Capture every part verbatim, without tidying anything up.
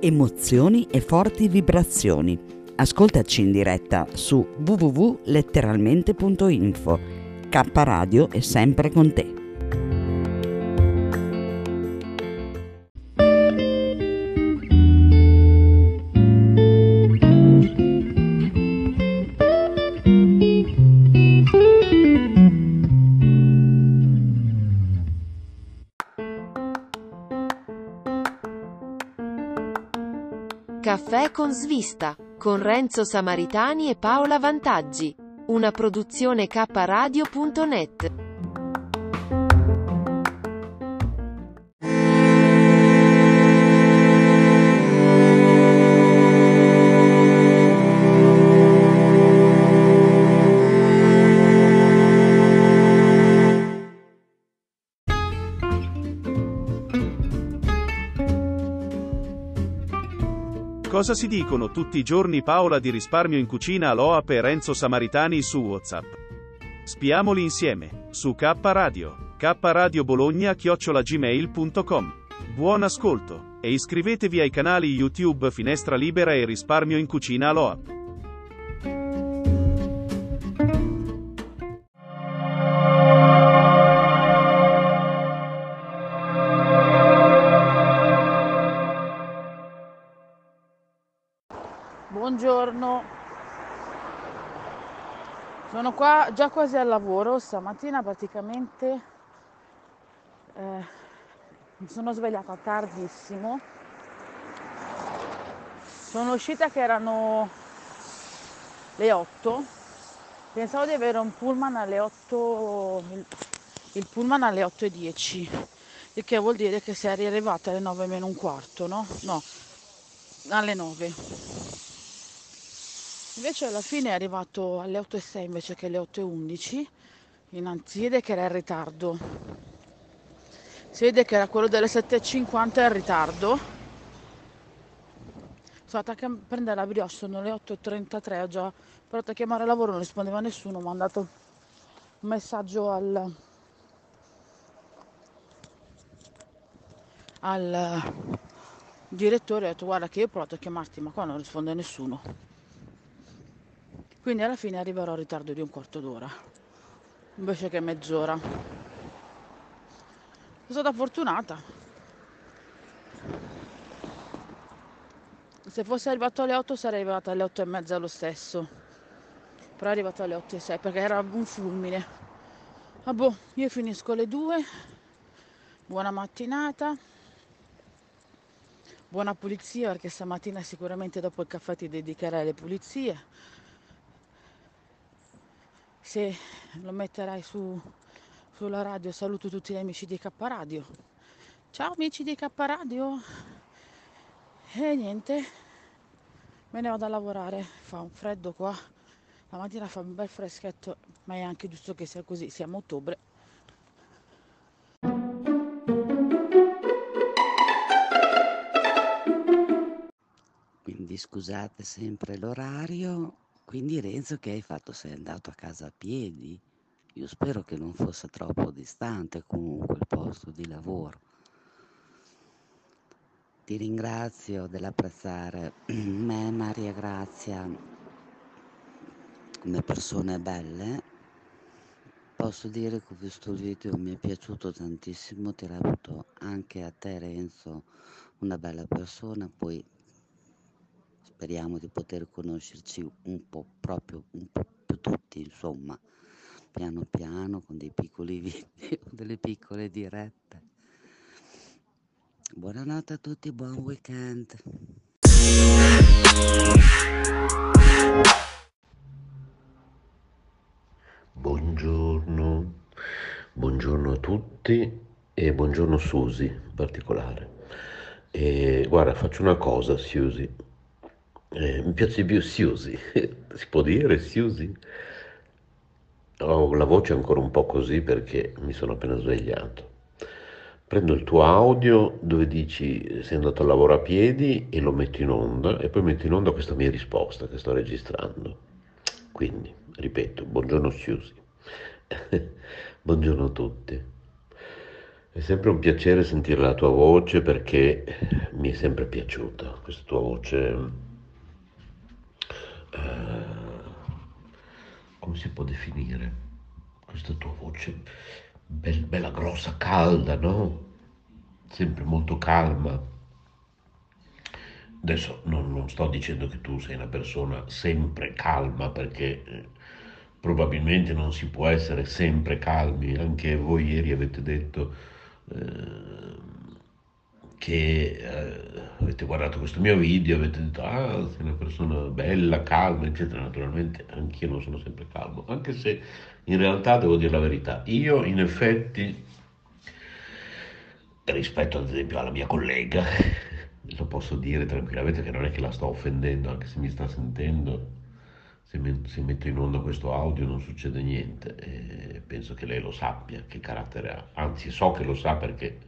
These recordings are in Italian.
emozioni e forti vibrazioni. Ascoltaci in diretta su w w w punto letteralmente punto info. K Radio è sempre con te. Caffè con svista, con Renzo Samaritani e Paola Vantaggi. Una produzione k radio punto net. Cosa si dicono tutti i giorni Paola di Risparmio in Cucina Aloap e Renzo Samaritani su WhatsApp? Spiamoli insieme, su K Radio, K Radio Bologna chiocciola gmail punto com. Buon ascolto, e iscrivetevi ai canali YouTube Finestra Libera e Risparmio in Cucina Aloap. Buongiorno, sono qua già quasi al lavoro. Stamattina praticamente eh, mi sono svegliata tardissimo, sono uscita che erano le otto, pensavo di avere un pullman alle otto, il, il pullman alle otto e dieci, il che vuol dire che sei arrivata alle nove meno un quarto, no? No, alle nove. Invece alla fine è arrivato alle otto e sei invece che alle otto e undici, si vede che era in ritardo, si vede che era quello delle sette e cinquanta in ritardo. Sono andata a prendere la brioche, sono le otto e trentatré, ho già provato a chiamare al lavoro, non rispondeva nessuno, mi ha mandato un messaggio al, al direttore, ho detto guarda che io ho provato a chiamarti ma qua non risponde nessuno. Quindi alla fine arriverò in ritardo di un quarto d'ora, invece che mezz'ora. Sono stata fortunata. Se fosse arrivato alle otto sarei arrivata alle otto e mezza lo stesso. Però è arrivato alle otto e sei perché era un fulmine. Ah boh, io finisco alle due. Buona mattinata. Buona pulizia, perché stamattina sicuramente dopo il caffè ti dedicherai alle pulizie. Se lo metterai su, sulla radio, saluto tutti gli amici di K Radio. Ciao amici di K Radio. E niente, me ne vado a lavorare. Fa un freddo qua. La mattina fa un bel freschetto, ma è anche giusto che sia così, siamo a ottobre. Quindi scusate sempre l'orario. Quindi Renzo, che hai fatto? Sei andato a casa a piedi? Io spero che non fosse troppo distante comunque il posto di lavoro. Ti ringrazio dell'apprezzare me, Maria Grazia, come persone belle. Posso dire che ho visto il video, mi è piaciuto tantissimo, ti reputo anche a te Renzo una bella persona, poi speriamo di poter conoscerci un po' proprio, un po' più tutti, insomma, piano piano, con dei piccoli video, delle piccole dirette. Buonanotte a tutti, buon weekend. Buongiorno, buongiorno a tutti e buongiorno Susi in particolare. E guarda, faccio una cosa, Susi. Eh, mi piace più Susi, si può dire Susi? Ho la voce ancora un po' così perché mi sono appena svegliato. Prendo il tuo audio dove dici sei andato a lavoro a piedi e lo metto in onda e poi metto in onda questa mia risposta che sto registrando. Quindi, ripeto, buongiorno Susi. Buongiorno a tutti. È sempre un piacere sentire la tua voce perché mi è sempre piaciuta questa tua voce, eh, come si può definire? Questa tua voce bel- bella grossa, calda, no? Sempre molto calma. Adesso non, non sto dicendo che tu sei una persona sempre calma perché eh, probabilmente non si può essere sempre calmi. Anche voi ieri avete detto eh, che eh, avete guardato questo mio video, avete detto ah, sei una persona bella, calma, eccetera. Naturalmente anch'io non sono sempre calmo, anche se in realtà devo dire la verità. Io in effetti rispetto ad esempio alla mia collega, lo posso dire tranquillamente che non è che la sto offendendo, anche se mi sta sentendo, se, me- se metto in onda questo audio non succede niente, e penso che lei lo sappia, che carattere ha, anzi so che lo sa perché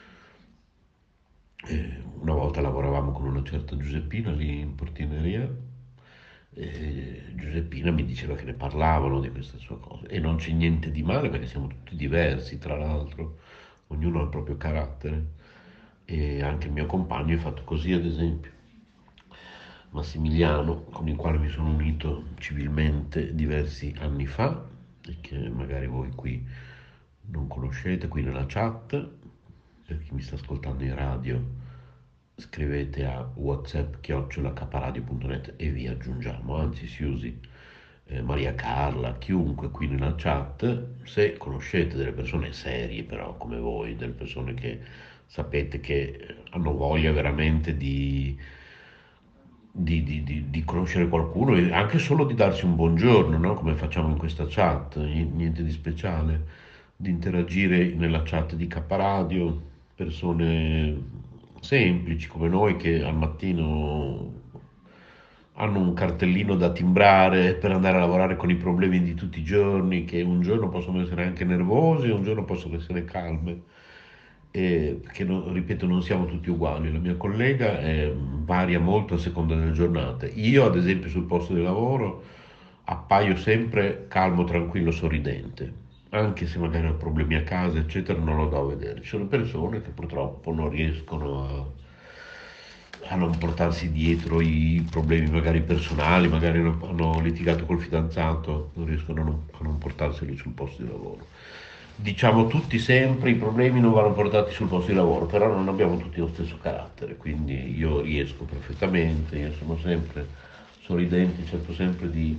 eh, una volta lavoravamo con una certa Giuseppina lì in portineria e Giuseppina mi diceva che ne parlavano di queste sue cose e non c'è niente di male perché siamo tutti diversi, tra l'altro, ognuno ha il proprio carattere e anche il mio compagno è fatto così, ad esempio. Massimiliano, con il quale mi sono unito civilmente diversi anni fa e che magari voi qui non conoscete, qui nella chat, per chi mi sta ascoltando in radio, scrivete a whatsapp chiocciola caparadio punto net e vi aggiungiamo, anzi si usi eh, Maria Carla, chiunque qui nella chat, se conoscete delle persone serie però come voi, delle persone che sapete che hanno voglia veramente di, di, di- di- di conoscere qualcuno e anche solo di darsi un buongiorno, no? Come facciamo in questa chat, niente di speciale, di interagire nella chat di K Radio, persone semplici come noi che al mattino hanno un cartellino da timbrare per andare a lavorare con i problemi di tutti i giorni, che un giorno possono essere anche nervosi, un giorno possono essere calme, e perché no- ripeto, non siamo tutti uguali. La mia collega eh, varia molto a seconda delle giornate. Io, ad esempio, sul posto di lavoro appaio sempre calmo, tranquillo, sorridente. Anche se magari ho problemi a casa, eccetera, non lo do a vedere. Ci sono persone che purtroppo non riescono a a non portarsi dietro i problemi magari personali, magari hanno, hanno litigato col fidanzato, non riescono a non, a non portarseli sul posto di lavoro. Diciamo tutti sempre i problemi non vanno portati sul posto di lavoro, però non abbiamo tutti lo stesso carattere, quindi io riesco perfettamente, io sono sempre sorridente, cerco sempre di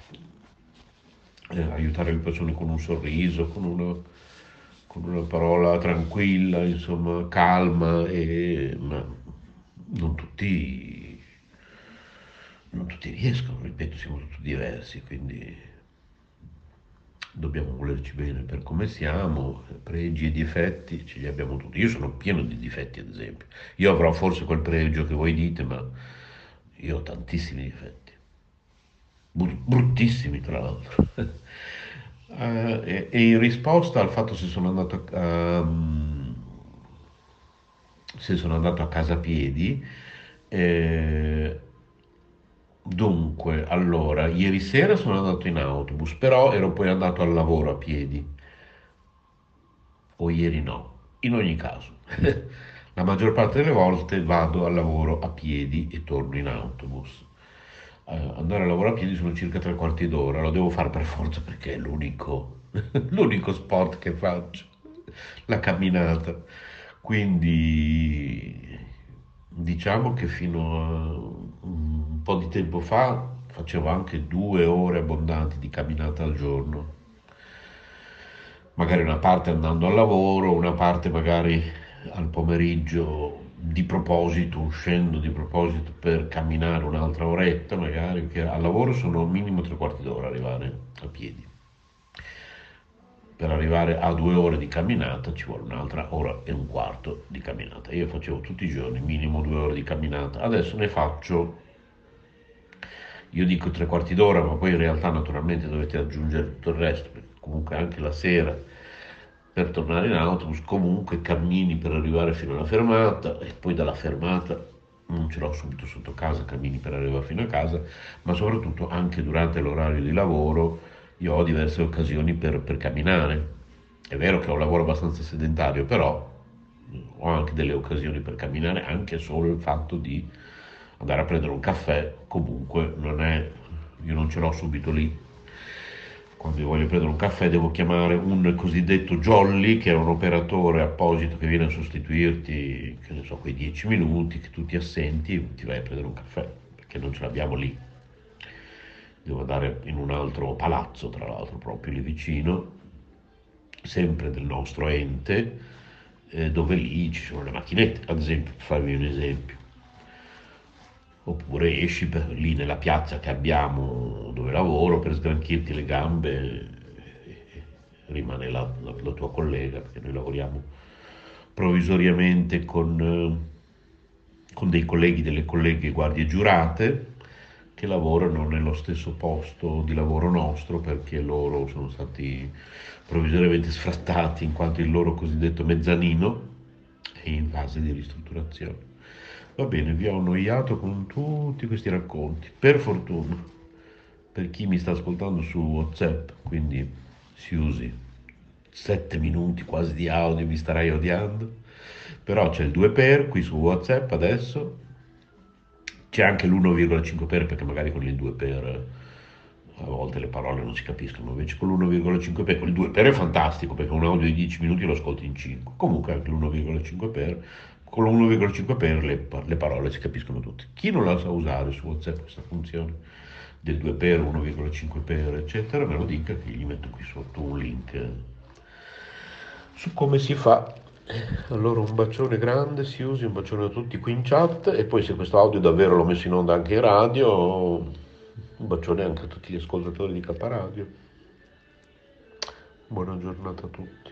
eh, aiutare le persone con un sorriso, con una, con una parola tranquilla, insomma, calma, e, ma non tutti, non tutti riescono, ripeto, siamo tutti diversi, quindi dobbiamo volerci bene per come siamo, pregi e difetti ce li abbiamo tutti. Io sono pieno di difetti, ad esempio. Io avrò forse quel pregio che voi dite, ma io ho tantissimi difetti, Bru- bruttissimi tra l'altro. Eh, e, e in risposta al fatto se sono andato a, um, se sono andato a casa a piedi, eh, dunque, allora, ieri sera sono andato in autobus, però ero poi andato al lavoro a piedi, o ieri no. In ogni caso, la maggior parte delle volte vado al lavoro a piedi e torno in autobus. Eh, andare al lavoro a piedi sono circa tre quarti d'ora, lo devo fare per forza perché è l'unico, l'unico sport che faccio, la camminata. Quindi diciamo che fino a un po' di tempo fa facevo anche due ore abbondanti di camminata al giorno, magari una parte andando al lavoro, una parte magari al pomeriggio di proposito, uscendo di proposito per camminare un'altra oretta, magari, perché al lavoro sono minimo tre quarti d'ora arrivare a piedi. Per arrivare a due ore di camminata ci vuole un'altra ora e un quarto di camminata. Io facevo tutti i giorni minimo due ore di camminata, adesso ne faccio, io dico tre quarti d'ora, ma poi in realtà naturalmente dovete aggiungere tutto il resto, perché comunque anche la sera per tornare in autobus comunque cammini per arrivare fino alla fermata e poi dalla fermata non ce l'ho subito sotto casa, cammini per arrivare fino a casa, ma soprattutto anche durante l'orario di lavoro io ho diverse occasioni per, per camminare. È vero che ho un lavoro abbastanza sedentario, però ho anche delle occasioni per camminare, anche solo il fatto di andare a prendere un caffè, comunque non è, io non ce l'ho subito lì. Quando io voglio prendere un caffè devo chiamare un cosiddetto jolly, che è un operatore apposito che viene a sostituirti, che ne so, quei dieci minuti che tu ti assenti e ti vai a prendere un caffè, perché non ce l'abbiamo lì. Devo andare in un altro palazzo, tra l'altro, proprio lì vicino, sempre del nostro ente, eh, dove lì ci sono le macchinette, ad esempio, per farvi un esempio. Oppure esci per, lì nella piazza che abbiamo dove lavoro per sgranchirti le gambe, e, e rimane la, la, la tua collega, perché noi lavoriamo provvisoriamente con, eh, con dei colleghi, delle colleghe guardie giurate che lavorano nello stesso posto di lavoro nostro, perché loro sono stati provvisoriamente sfrattati in quanto il loro cosiddetto mezzanino è in fase di ristrutturazione. Va bene, vi ho annoiato con tutti questi racconti. Per fortuna, per chi mi sta ascoltando su WhatsApp, quindi si usi sette minuti quasi di audio, mi starai odiando, però c'è il due per qui su WhatsApp adesso, c'è anche l'uno virgola cinque per, perché magari con il due per a volte le parole non si capiscono, invece con l'uno virgola cinque per, con il due per è fantastico, perché un audio di dieci minuti lo ascolti in cinque, comunque anche l'uno virgola cinque per, con l'uno virgola cinque per le, le parole si capiscono tutte. Chi non la sa usare su WhatsApp questa funzione del due per, uno virgola cinque per, eccetera, me lo dica che gli metto qui sotto un link su come si fa. Allora un bacione grande, si usi, un bacione a tutti qui in chat, e poi se questo audio davvero l'ho messo in onda anche in radio, un bacione anche a tutti gli ascoltatori di K Radio. Buona giornata a tutti.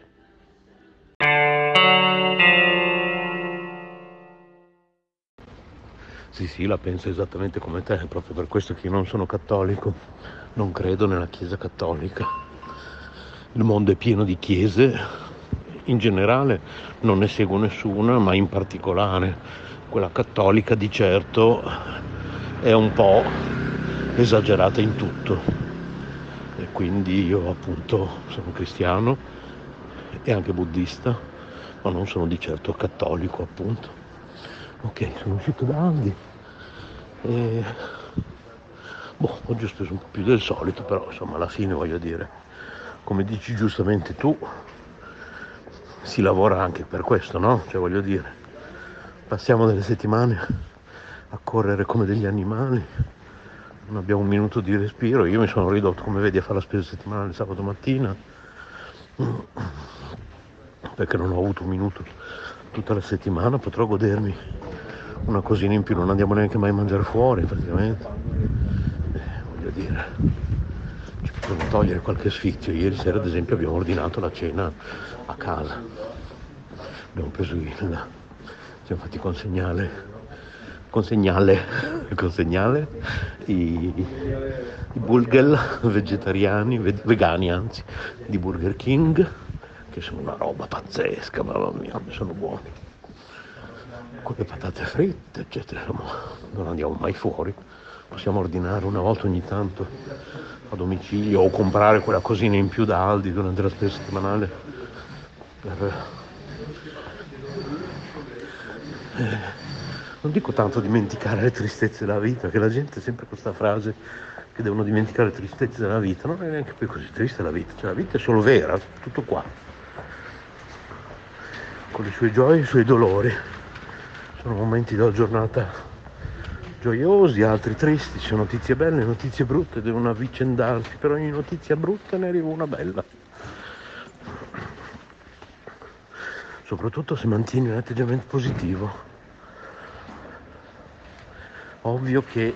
Sì, sì, la penso esattamente come te, è proprio per questo che io non sono cattolico, non credo nella Chiesa cattolica. Il mondo è pieno di chiese, in generale non ne seguo nessuna, ma in particolare quella cattolica di certo è un po' esagerata in tutto, e quindi io appunto sono cristiano e anche buddista, ma non sono di certo cattolico, appunto. Ok, sono uscito da Aldi e boh, oggi ho speso un po' più del solito, però insomma alla fine, voglio dire, come dici giustamente tu, si lavora anche per questo, no? Cioè, voglio dire, passiamo delle settimane a correre come degli animali, non abbiamo un minuto di respiro. Io mi sono ridotto, come vedi, a fare la spesa settimanale sabato mattina, perché non ho avuto un minuto tutta la settimana. Potrò godermi una cosina in più, non andiamo neanche mai a mangiare fuori praticamente, eh, voglio dire, ci possiamo togliere qualche sfizio. Ieri sera ad esempio abbiamo ordinato la cena a casa, abbiamo preso il, ci siamo fatti consegnare consegnale consegnale i, i burger vegetariani, vegani anzi, di Burger King, che sono una roba pazzesca, mamma mia, sono buoni, con le patate fritte eccetera. Non andiamo mai fuori, possiamo ordinare una volta ogni tanto a domicilio o comprare quella cosina in più da Aldi durante la spesa settimanale per... eh, non dico tanto dimenticare le tristezze della vita, che la gente ha sempre questa frase che devono dimenticare le tristezze della vita. Non è neanche poi così triste la vita, cioè la vita è solo vera, tutto qua, con le sue gioie e i suoi dolori. Sono momenti della giornata gioiosi, altri tristi, ci sono notizie belle, notizie brutte, devono avvicendarsi, per ogni notizia brutta ne arriva una bella, soprattutto se mantieni un atteggiamento positivo. Ovvio che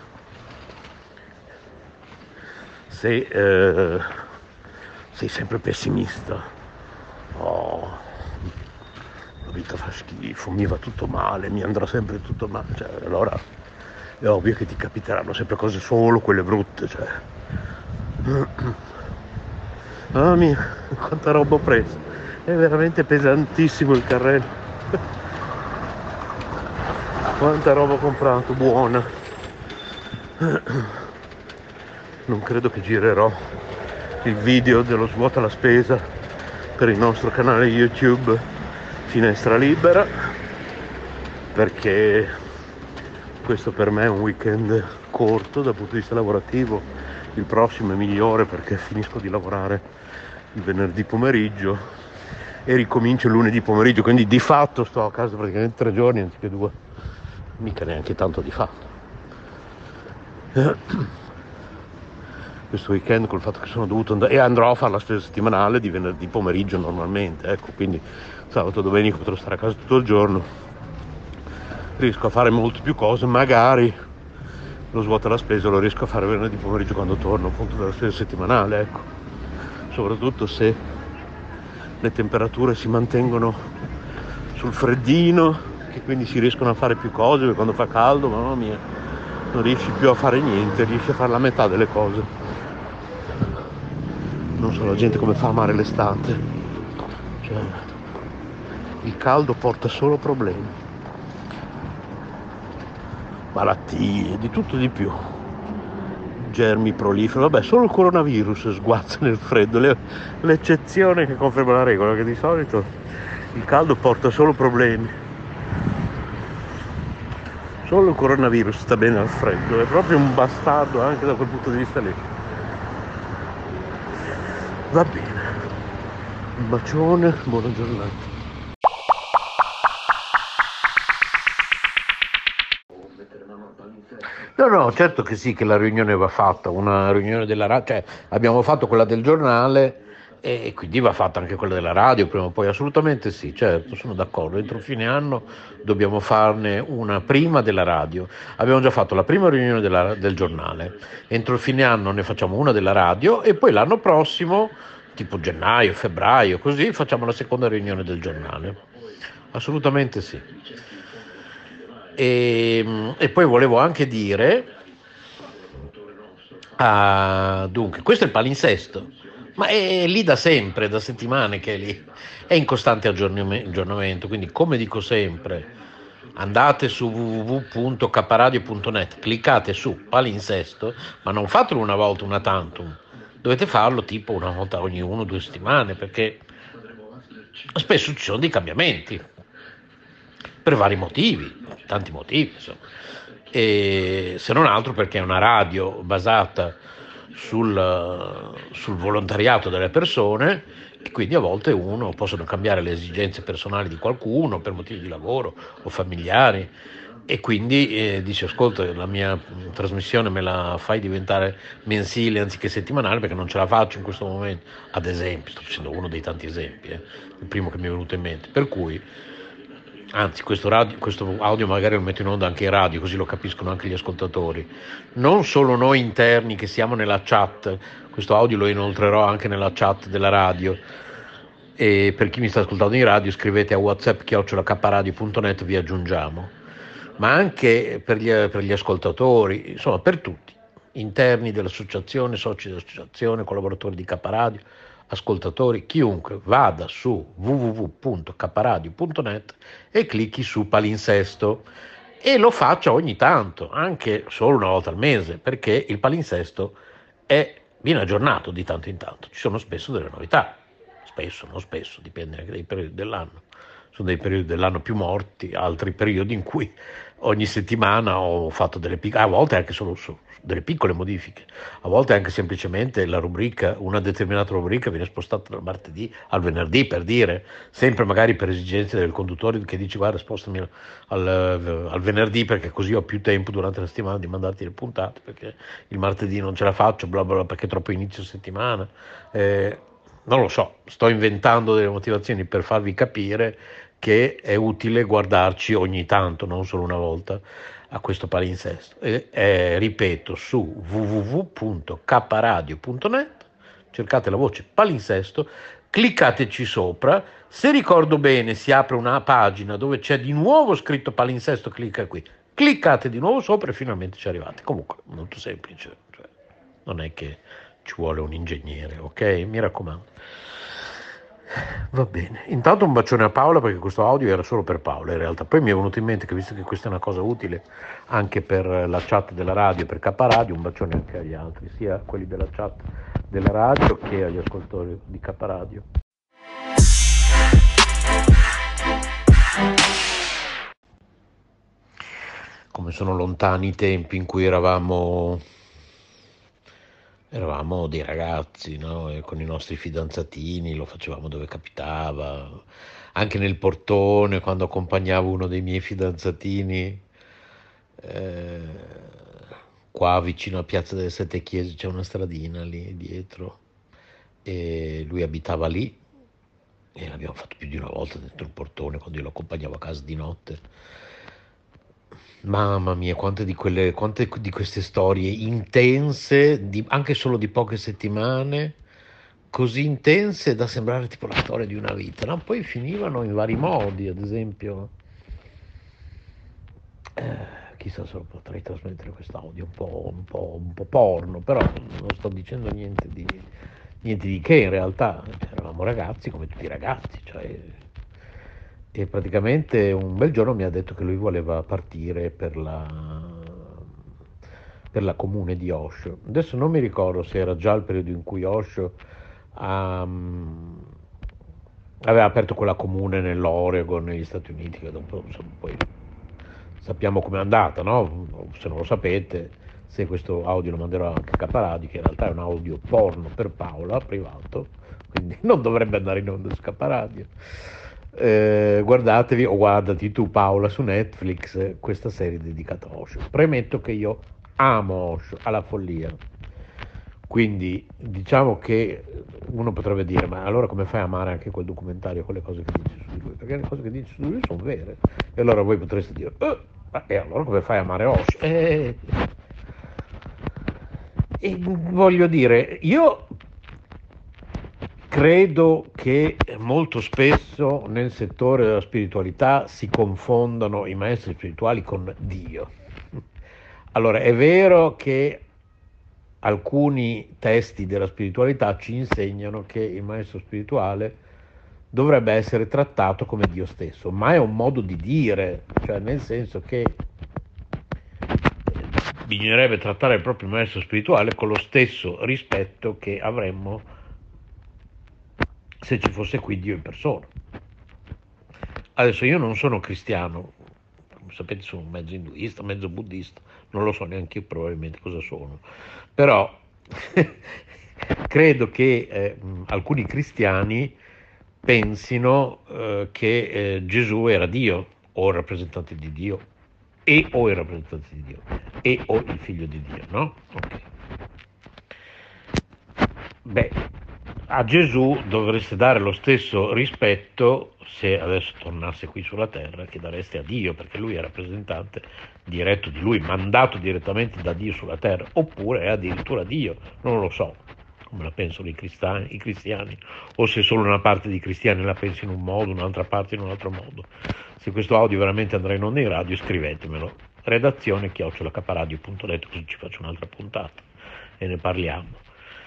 se eh, sei sempre pessimista, oh, la vita fa schifo, mi va tutto male, mi andrà sempre tutto male, cioè, allora è ovvio che ti capiteranno sempre cose, solo quelle brutte, cioè. Mamma mia, quanta roba ho preso, è veramente pesantissimo il carrello. Quanta roba ho comprato, buona. Non credo che girerò il video dello svuota la spesa per il nostro canale YouTube finestra libera, perché questo per me è un weekend corto dal punto di vista lavorativo. Il prossimo è migliore perché finisco di lavorare il venerdì pomeriggio e ricomincio il lunedì pomeriggio, quindi di fatto sto a casa praticamente tre giorni anziché due, mica neanche tanto di fatto. Questo weekend, col fatto che sono dovuto andare e andrò a fare la spesa settimanale di venerdì pomeriggio normalmente, ecco, quindi sabato e domenica potrò stare a casa tutto il giorno, riesco a fare molte più cose, magari lo svuoto alla spesa lo riesco a fare venerdì pomeriggio quando torno appunto dalla spesa settimanale, ecco, soprattutto se le temperature si mantengono sul freddino, che quindi si riescono a fare più cose, perché quando fa caldo, mamma mia, non riesci più a fare niente, riesci a fare la metà delle cose. Non so la gente come fa a amare l'estate, cioè il caldo porta solo problemi, malattie, di tutto e di più, germi proliferano, vabbè solo il coronavirus sguazza nel freddo, le, l'eccezione che conferma la regola, che di solito il caldo porta solo problemi, solo il coronavirus sta bene al freddo, è proprio un bastardo anche da quel punto di vista lì. Va bene, un bacione, buona giornata. No, no, certo che sì, che la riunione va fatta, una riunione della radio, cioè abbiamo fatto quella del giornale e quindi va fatta anche quella della radio prima o poi, assolutamente sì, certo, sono d'accordo, entro fine anno dobbiamo farne una prima della radio, abbiamo già fatto la prima riunione della, del giornale, entro fine anno ne facciamo una della radio e poi l'anno prossimo, tipo gennaio, febbraio, così facciamo la seconda riunione del giornale, assolutamente sì. E, e poi volevo anche dire, ah, dunque, questo è il palinsesto, ma è lì da sempre, da settimane che è lì, è in costante aggiornamento, quindi come dico sempre, andate su w w w punto k radio punto net, cliccate su palinsesto, ma non fatelo una volta, una tantum, dovete farlo tipo una volta ogni uno o due settimane, perché spesso ci sono dei cambiamenti, per vari motivi, tanti motivi, insomma. E se non altro perché è una radio basata sul, sul volontariato delle persone e quindi a volte uno possono cambiare le esigenze personali di qualcuno per motivi di lavoro o familiari e quindi eh, dice ascolta, la mia trasmissione me la fai diventare mensile anziché settimanale perché non ce la faccio in questo momento, ad esempio, sto facendo uno dei tanti esempi, eh, il primo che mi è venuto in mente, per cui anzi questo, radio, questo audio magari lo metto in onda anche in radio così lo capiscono anche gli ascoltatori, non solo noi interni che siamo nella chat, questo audio lo inoltrerò anche nella chat della radio e per chi mi sta ascoltando in radio scrivete a whatsapp chiocciola k radio punto net, vi aggiungiamo, ma anche per gli, per gli ascoltatori, insomma per tutti, interni dell'associazione, soci dell'associazione, collaboratori di K Radio, ascoltatori, chiunque vada su w w w punto k radio punto net e clicchi su palinsesto e lo faccia ogni tanto, anche solo una volta al mese, perché il palinsesto è, viene aggiornato di tanto in tanto, ci sono spesso delle novità, spesso, non spesso, dipende anche dai periodi dell'anno, sono dei periodi dell'anno più morti, altri periodi in cui ogni settimana ho fatto delle piccole, a volte anche solo su delle piccole modifiche, a volte anche semplicemente la rubrica, una determinata rubrica viene spostata dal martedì al venerdì, per dire, sempre magari per esigenze del conduttore che dice guarda spostami al, al venerdì perché così ho più tempo durante la settimana di mandarti le puntate, perché il martedì non ce la faccio, bla bla bla, perché è troppo inizio settimana, eh, non lo so, sto inventando delle motivazioni per farvi capire che è utile guardarci ogni tanto, non solo una volta, a questo palinsesto. E, eh, ripeto, su w w w punto k radio punto net cercate la voce palinsesto, cliccateci sopra, se ricordo bene si apre una pagina dove c'è di nuovo scritto palinsesto, clicca qui, cliccate di nuovo sopra e finalmente ci arrivate. Comunque molto semplice, cioè, non è che ci vuole un ingegnere, ok? Mi raccomando. Va bene, intanto un bacione a Paola perché questo audio era solo per Paola in realtà, poi mi è venuto in mente che visto che questa è una cosa utile anche per la chat della radio, per K Radio, un bacione anche agli altri, sia a quelli della chat della radio che agli ascoltatori di K Radio. come sono lontani i tempi in cui eravamo, eravamo dei ragazzi, no? E con i nostri fidanzatini lo facevamo dove capitava, anche nel portone, quando accompagnavo uno dei miei fidanzatini, eh, qua vicino a Piazza delle Sette Chiese c'è una stradina lì dietro, e lui abitava lì, e l'abbiamo fatto più di una volta dentro il portone quando io lo accompagnavo a casa di notte. Mamma mia, quante di quelle, quante di queste storie intense, di- anche solo di poche settimane, così intense da sembrare tipo la storia di una vita, no? Poi finivano in vari modi, ad esempio, eh, chissà se lo potrei trasmettere quest'audio, un po', un po', un po' porno, però non sto dicendo niente di, niente di che in realtà, cioè, eravamo ragazzi come tutti i ragazzi, cioè, e praticamente un bel giorno mi ha detto che lui voleva partire per la, per la comune di Osho. Adesso non mi ricordo se era già il periodo in cui Osho um, aveva aperto quella comune nell'Oregon, negli Stati Uniti, che dopo insomma, poi sappiamo com'è andata, no? Se non lo sapete, se questo audio lo manderò anche a Caparadio, che in realtà è un audio porno per Paola, privato, quindi non dovrebbe andare in onda su Caparadio. Eh, guardatevi o guardati tu Paola su Netflix eh, questa serie dedicata a Osho. Premetto che io amo Osho alla follia, quindi diciamo che uno potrebbe dire ma allora come fai a amare anche quel documentario con le cose che dice su di lui, perché le cose che dice su di lui sono vere, e allora voi potreste dire eh, e allora come fai a amare Osho? Eh, e voglio dire, io credo che molto spesso nel settore della spiritualità si confondano i maestri spirituali con Dio. Allora, è vero che alcuni testi della spiritualità ci insegnano che il maestro spirituale dovrebbe essere trattato come Dio stesso, ma è un modo di dire, cioè nel senso che bisognerebbe trattare il proprio maestro spirituale con lo stesso rispetto che avremmo se ci fosse qui Dio in persona. Adesso io non sono cristiano, come sapete sono mezzo induista, mezzo buddista, non lo so neanche io probabilmente cosa sono, però credo che eh, alcuni cristiani pensino eh, che eh, Gesù era Dio, o il rappresentante di Dio, e o il rappresentante di Dio, e o il figlio di Dio, no? Ok. Beh, a Gesù dovreste dare lo stesso rispetto se adesso tornasse qui sulla terra che dareste a Dio, perché lui è rappresentante diretto di lui, mandato direttamente da Dio sulla terra, oppure è addirittura Dio, non lo so come la pensano i cristiani, i cristiani, o se solo una parte di cristiani la pensa in un modo, un'altra parte in un altro modo. Se questo audio veramente andrà in onda in radio, scrivetemelo, redazione chiocciola caparadio punto net, così ci faccio un'altra puntata e ne parliamo.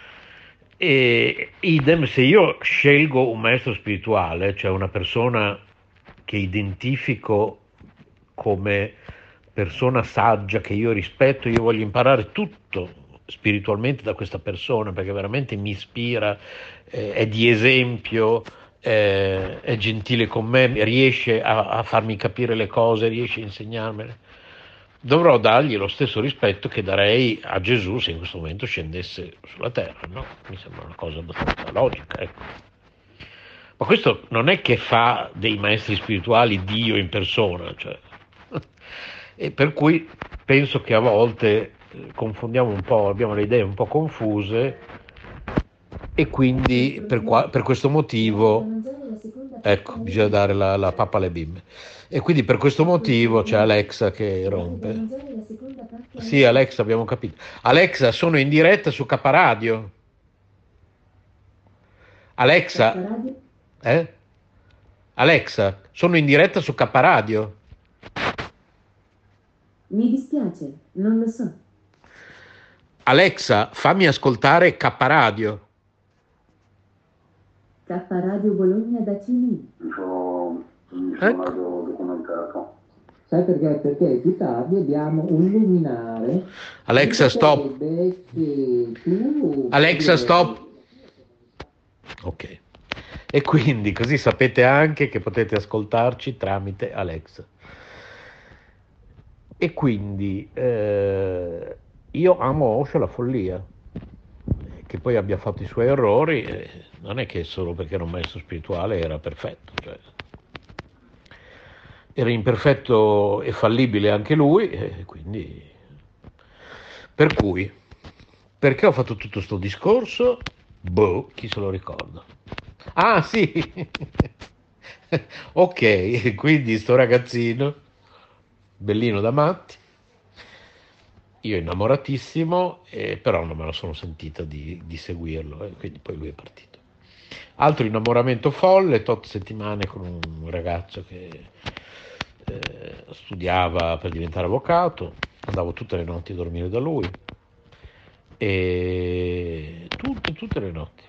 E idem se io scelgo un maestro spirituale, cioè una persona che identifico come persona saggia, che io rispetto, io voglio imparare tutto spiritualmente da questa persona perché veramente mi ispira, eh, è di esempio, eh, è gentile con me, riesce a, a farmi capire le cose, riesce a insegnarmele, dovrò dargli lo stesso rispetto che darei a Gesù se in questo momento scendesse sulla terra, no? Mi sembra una cosa abbastanza logica, ecco. Ma questo non è che fa dei maestri spirituali Dio in persona, cioè. E per cui penso che a volte confondiamo un po', abbiamo le idee un po' confuse e quindi per, qua, per questo motivo, ecco, bisogna dare la, la pappa alle bimbe. E quindi per questo motivo c'è Alexa che rompe. Sì, Alexa, abbiamo capito. Alexa, sono in diretta su Caparadio. Alexa, eh? Alexa, sono in diretta su Caparadio. Mi dispiace, non lo so. Alexa, fammi ascoltare Caparadio. Caparadio Bologna da Cini. Sono, mi Ecco. sono documentato. Sai perché? Perché più tardi abbiamo un luminare. Alexa, stop. Che tu Alexa, stop. Ok. E quindi così sapete anche che potete ascoltarci tramite Alexa. E quindi eh, io amo Osho la follia, che poi abbia fatto i suoi errori, eh, non è che solo perché era un maestro spirituale era perfetto, cioè, era imperfetto e fallibile anche lui, e quindi per cui, perché ho fatto tutto sto discorso? Boh, chi se lo ricorda? Ah sì, ok, quindi sto ragazzino, bellino da matti, io innamoratissimo, eh, però non me la sono sentita di, di seguirlo, e quindi poi lui è partito. Altro innamoramento folle, tot settimane con un ragazzo che eh, studiava per diventare avvocato, andavo tutte le notti a dormire da lui, e tutte, tutte le notti.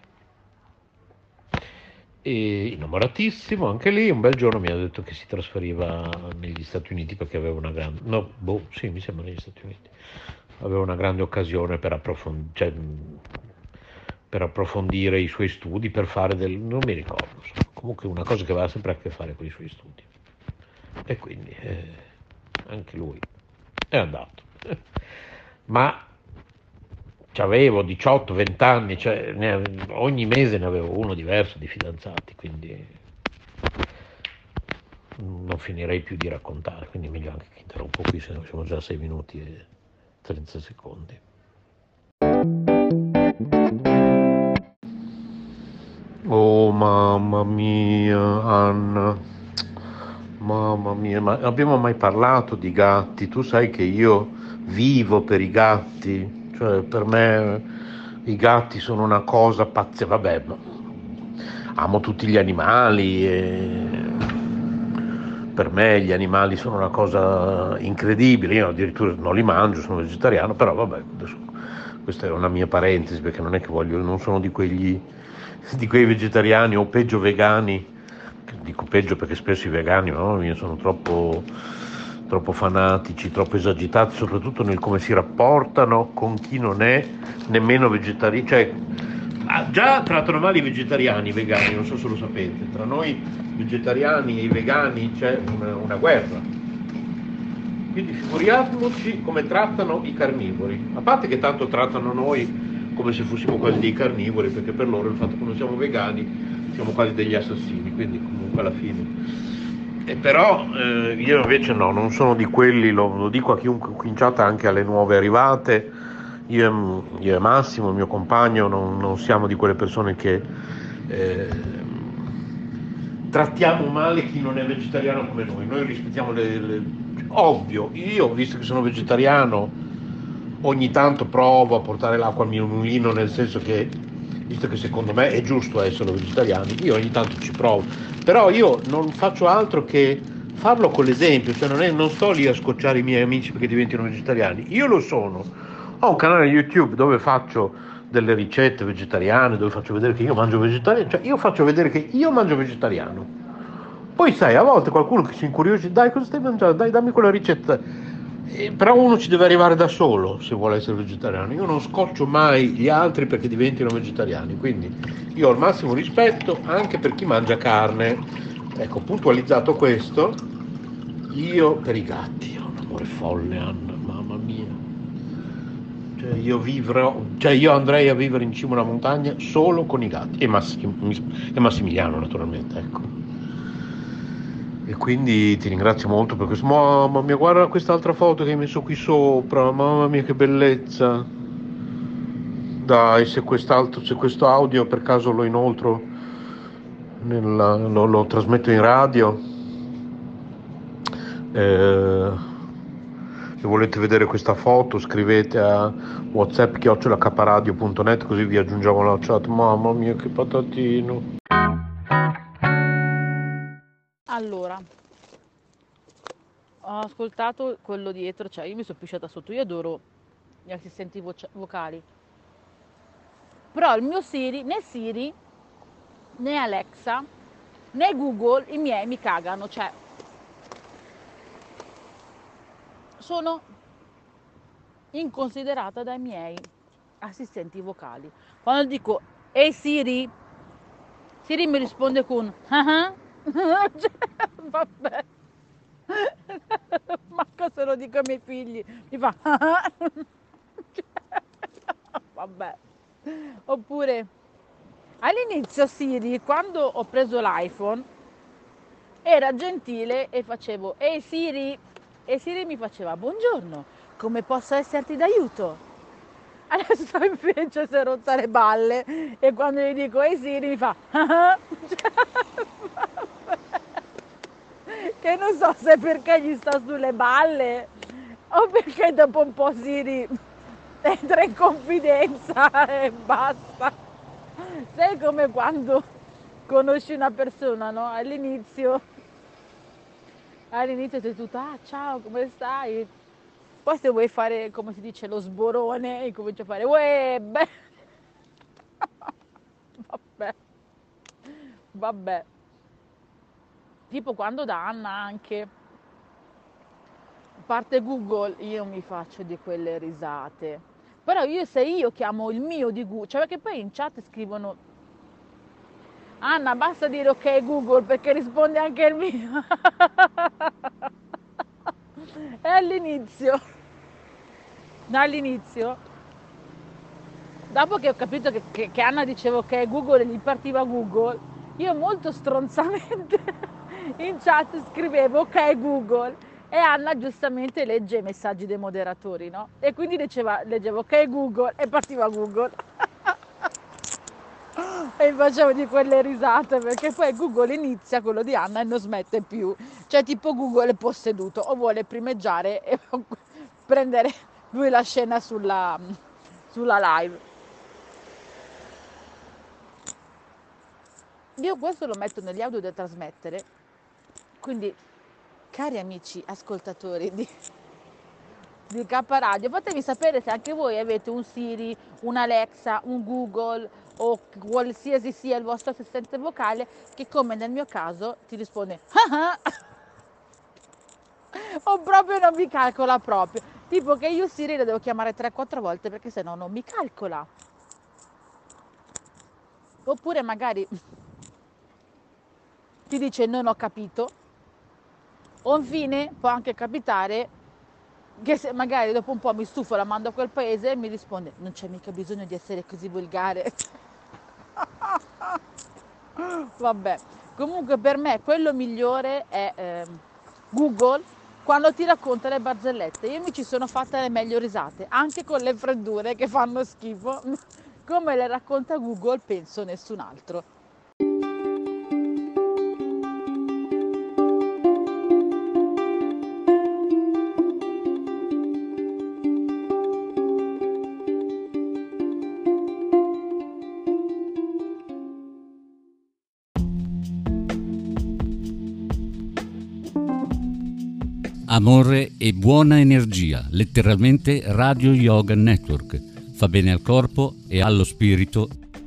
E innamoratissimo anche lì, un bel giorno mi ha detto che si trasferiva negli Stati Uniti perché aveva una grande, no, boh, sì, mi sembra negli Stati Uniti, aveva una grande occasione per, approfond- cioè, per approfondire i suoi studi, per fare del, non mi ricordo, insomma, comunque una cosa che aveva sempre a che fare con i suoi studi. E quindi eh, anche lui è andato. Ma avevo diciotto venti anni, cioè ne, ogni mese ne avevo uno diverso di fidanzati, quindi non finirei più di raccontare, quindi è meglio anche che interrompo qui, se no siamo già a sei minuti e trenta secondi. Oh mamma mia, Anna, mamma mia, ma abbiamo mai parlato di gatti? Tu sai che io vivo per i gatti, cioè per me i gatti sono una cosa pazzesca, vabbè, amo tutti gli animali e per me gli animali sono una cosa incredibile, io addirittura non li mangio, sono vegetariano, però vabbè, adesso, questa è una mia parentesi perché non è che voglio, non sono di quegli, di quei vegetariani o peggio vegani, dico peggio perché spesso i vegani no, sono troppo, troppo fanatici, troppo esagitati, soprattutto nel come si rapportano con chi non è nemmeno vegetariano, cioè già trattano male i vegetariani, i vegani, non so se lo sapete, tra noi vegetariani e i vegani c'è una, una guerra, quindi figuriamoci come trattano i carnivori, a parte che tanto trattano noi come se fossimo quasi dei carnivori, perché per loro il fatto che non siamo vegani siamo quasi degli assassini, quindi comunque alla fine. E però eh, io invece no, non sono di quelli, lo, lo dico a chiunque, cominciate anche alle nuove arrivate, io, io e Massimo, il mio compagno, non, non siamo di quelle persone che eh, trattiamo male chi non è vegetariano come noi, noi rispettiamo le, le... Ovvio, io visto che sono vegetariano ogni tanto provo a portare l'acqua al mio mulino, nel senso che, visto che secondo me è giusto essere vegetariani, io ogni tanto ci provo, però io non faccio altro che farlo con l'esempio, cioè non, è, non sto lì a scocciare i miei amici perché diventino vegetariani, io lo sono, ho un canale YouTube dove faccio delle ricette vegetariane, dove faccio vedere che io mangio vegetariano, cioè io faccio vedere che io mangio vegetariano, poi sai, a volte qualcuno che si incuriosisce, dai cosa stai mangiando, dai dammi quella ricetta, eh, però uno ci deve arrivare da solo se vuole essere vegetariano, io non scoccio mai gli altri perché diventino vegetariani, quindi io ho il massimo rispetto anche per chi mangia carne, ecco, puntualizzato questo, io per i gatti ho un amore folle, Anna, mamma mia, cioè io vivrò, cioè io andrei a vivere in cima a una montagna solo con i gatti e, Massim- e Massimiliano naturalmente, ecco. E quindi ti ringrazio molto per questo. Mamma mia, guarda quest'altra foto che hai messo qui sopra, mamma mia che bellezza. Dai, se quest'altro, se questo audio per caso lo inoltro, nella, lo, lo trasmetto in radio, eh, se volete vedere questa foto scrivete a whatsapp chiocciola caparadio punto net così vi aggiungiamo la chat. Mamma mia che patatino. Allora, ho ascoltato quello dietro, cioè io mi sono pisciata sotto, io adoro gli assistenti voce- vocali, però il mio Siri, né Siri, né Alexa, né Google, i miei mi cagano, cioè sono inconsiderata dai miei assistenti vocali. Quando dico ehi Siri, Siri mi risponde con ah ah. Cioè, vabbè. Ma cosa se lo dico ai miei figli, mi fa vabbè. Oppure all'inizio Siri, quando ho preso l'iPhone, era gentile e facevo ehi Siri, e Siri mi faceva buongiorno, come posso esserti d'aiuto? Adesso invece si è rotta le balle e quando gli dico ehi Siri mi fa che non so se perché gli sta sulle balle o perché dopo un po' Siri entra in confidenza e basta. Sai come quando conosci una persona, no? All'inizio all'inizio sei tutta ah ciao come stai? Poi se vuoi fare, come si dice, lo sborone, incominci a fare web. Vabbè. Vabbè. Tipo quando da Anna anche parte Google, io mi faccio di quelle risate. Però io se io chiamo il mio di Google, cioè perché poi in chat scrivono Anna basta dire ok Google perché risponde anche il mio. E all'inizio, all'inizio, dopo che ho capito che, che, che Anna diceva ok Google e gli partiva Google, io molto stronzamente in chat scrivevo ok Google e Anna giustamente legge i messaggi dei moderatori, no? E quindi diceva, leggevo ok Google e partiva Google. E facevo di quelle risate perché poi Google inizia quello di Anna e non smette più, cioè tipo Google è posseduto o vuole primeggiare e prendere lui la scena sulla, sulla live. Io questo lo metto negli audio da trasmettere, quindi cari amici ascoltatori di, di K Radio, fatemi sapere se anche voi avete un Siri, un Alexa, un Google o qualsiasi sia il vostro assistente vocale che come nel mio caso ti risponde ah ah, o proprio non mi calcola proprio, tipo che io Siri la devo chiamare tre quattro volte perché sennò non mi calcola. Oppure magari ti dice non ho capito, o infine può anche capitare che se magari dopo un po' mi stufo, la mando a quel paese e mi risponde non c'è mica bisogno di essere così volgare. Vabbè, comunque per me quello migliore è eh, Google quando ti racconta le barzellette. Io mi ci sono fatte le meglio risate, anche con le freddure che fanno schifo, come le racconta Google penso nessun altro. Amore e buona energia, letteralmente Radio Yoga Network. Fa bene al corpo e allo spirito.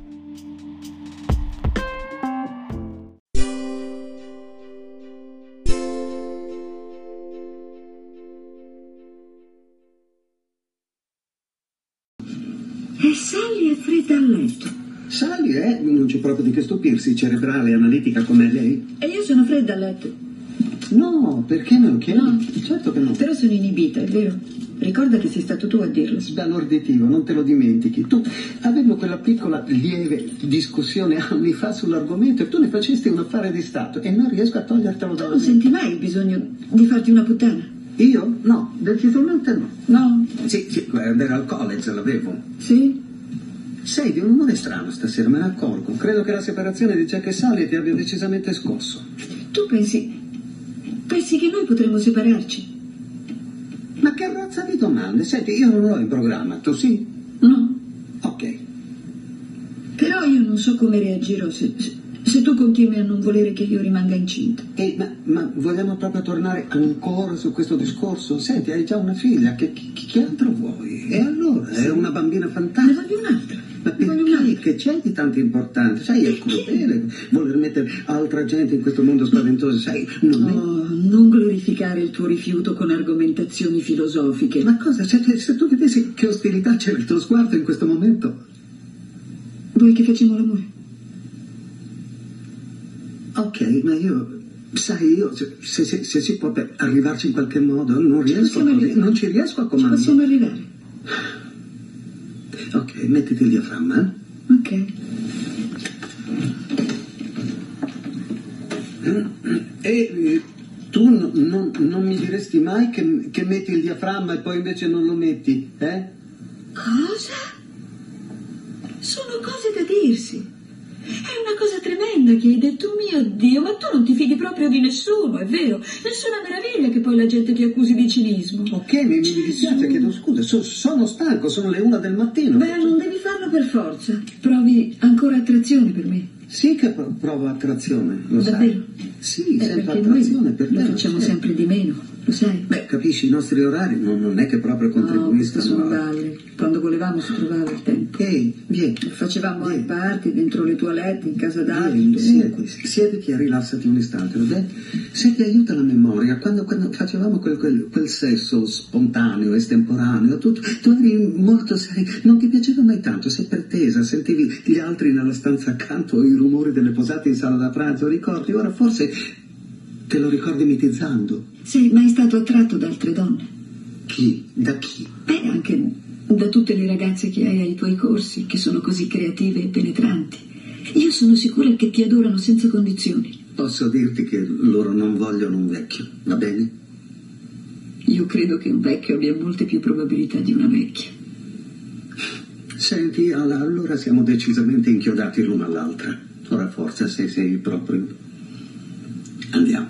E Sally è fredda a letto. Sally, eh? Non c'è proprio di che stupirsi, cerebrale, analitica come lei. E io sono fredda a letto. No, perché me lo chiedi? No. Certo che no. Però sono inibita, è vero? Ricorda che sei stato tu a dirlo. Sbalorditivo, non te lo dimentichi. Tu avevo quella piccola lieve discussione anni fa sull'argomento e tu ne facesti un affare di Stato e non riesco a togliertelo dalla Tu non senti mai il bisogno di farti una puttana? Io? No, decisamente no. No? Sì, sì, quando ero al college l'avevo. Sì? Sei di un umore strano stasera, me ne accorgo. Credo che la separazione di Jack e Sally ti abbia decisamente scosso. Tu pensi... pensi che noi potremmo separarci? Ma che razza di domande? Senti, io non ho in programma, tu sì? No. Ok. Però io non so come reagirò se, se, se tu continui a non volere che io rimanga incinta. Eh, ma, ma vogliamo proprio tornare ancora su questo discorso? Senti, hai già una figlia, che, che, che altro vuoi? E allora? Sì. È una bambina fantastica. Ne voglio un'altra. Ma perché? Che c'è di tanto importante? Sai, è crudele voler mettere altra gente in questo mondo spaventoso, sai? Non è... Oh, non glorificare il tuo rifiuto con argomentazioni filosofiche. Ma cosa? Cioè, se tu vedessi che ostilità c'è nel tuo sguardo in questo momento. Vuoi che facciamo l'amore? Ok, ma io Sai, io se, se, se si può per arrivarci in qualche modo, non riesco a, arri- non ci riesco a comandare. Ci possiamo arrivare. Ok, mettiti il diaframma. Eh? Ok. E eh, tu no, non, non mi diresti mai che, che metti il diaframma e poi invece non lo metti, eh? Cosa? Sono cose da dirsi. È una cosa tremenda che hai detto, mio Dio, ma tu non ti fidi proprio di nessuno, è vero? Nessuna meraviglia che poi la gente ti accusi di cinismo. Ok, mi, mi dispiace, chiedo scusa, so, sono stanco, sono le una del mattino. Beh, non devi farlo per forza. Provi ancora attrazione per me. Sì che pro- provo attrazione, lo Davvero? sai? Sì, Eh, sempre perché attrazione noi per lo te. facciamo certo. sempre di meno, lo sai? Beh, capisci, i nostri orari non, non è che proprio No, queste contribuiscano. sono a- balle. Quando volevamo si trovava il tempo. Ehi, vieni. Facevamo Vieni. ai party, dentro le toilette, in casa Vieni, d'altri. siediti, siediti e rilassati un istante, va bene? Se ti aiuta la memoria, quando, quando facevamo quel, quel, quel sesso spontaneo, estemporaneo, tu, tu eri molto, sai, non ti piaceva mai tanto, sei pretesa, sentivi gli altri nella stanza accanto, i rumori delle posate in sala da pranzo, ricordi? Ora forse te lo ricordi mitizzando. Sei mai stato attratto da altre donne? Chi? Da chi? Beh, anche da tutte le ragazze che hai ai tuoi corsi, che sono così creative e penetranti. Io sono sicura che ti adorano senza condizioni. Posso dirti che loro non vogliono un vecchio, va bene? Io credo che un vecchio abbia molte più probabilità di una vecchia. Senti, alla- allora siamo decisamente inchiodati l'una all'altra. Ora forza, se sei proprio... Andiamo.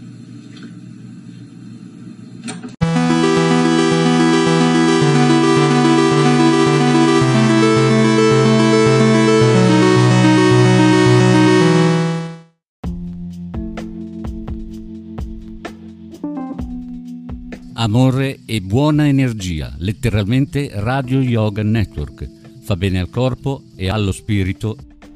Amore e buona energia, letteralmente Radio Yoga Network. Fa bene al corpo e allo spirito.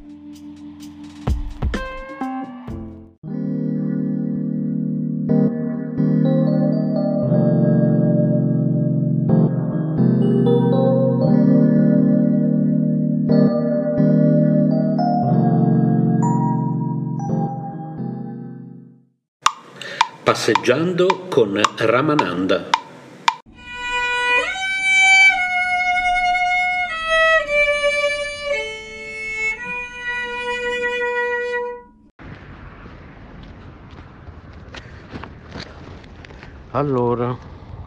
Passeggiando con Ramananda. Allora,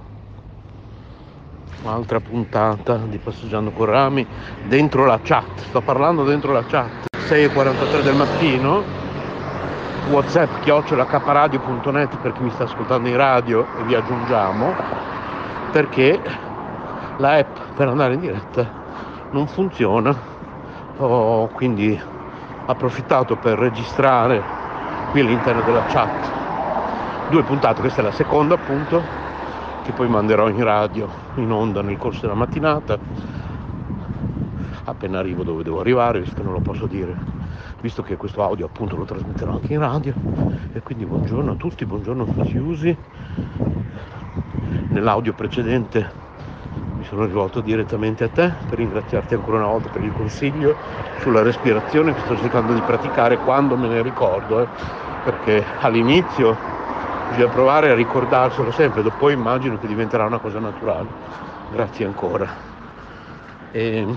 un'altra puntata di Passeggiando con Rami dentro la chat, sto parlando dentro la chat, sei e quarantatré del mattino, WhatsApp chiocciola caparadio punto net per chi mi sta ascoltando in radio e vi aggiungiamo, perché la app per andare in diretta non funziona. Ho quindi approfittato per registrare qui all'interno della chat due puntate, questa è la seconda appunto, che poi manderò in radio, in onda nel corso della mattinata, appena arrivo dove devo arrivare, visto che non lo posso dire, visto che questo audio appunto lo trasmetterò anche in radio. E quindi buongiorno a tutti, buongiorno a Chiusi. Nell'audio precedente mi sono rivolto direttamente a te per ringraziarti ancora una volta per il consiglio sulla respirazione che sto cercando di praticare quando me ne ricordo, eh, perché all'inizio bisogna provare a ricordarselo sempre, dopo immagino che diventerà una cosa naturale. Grazie ancora. E,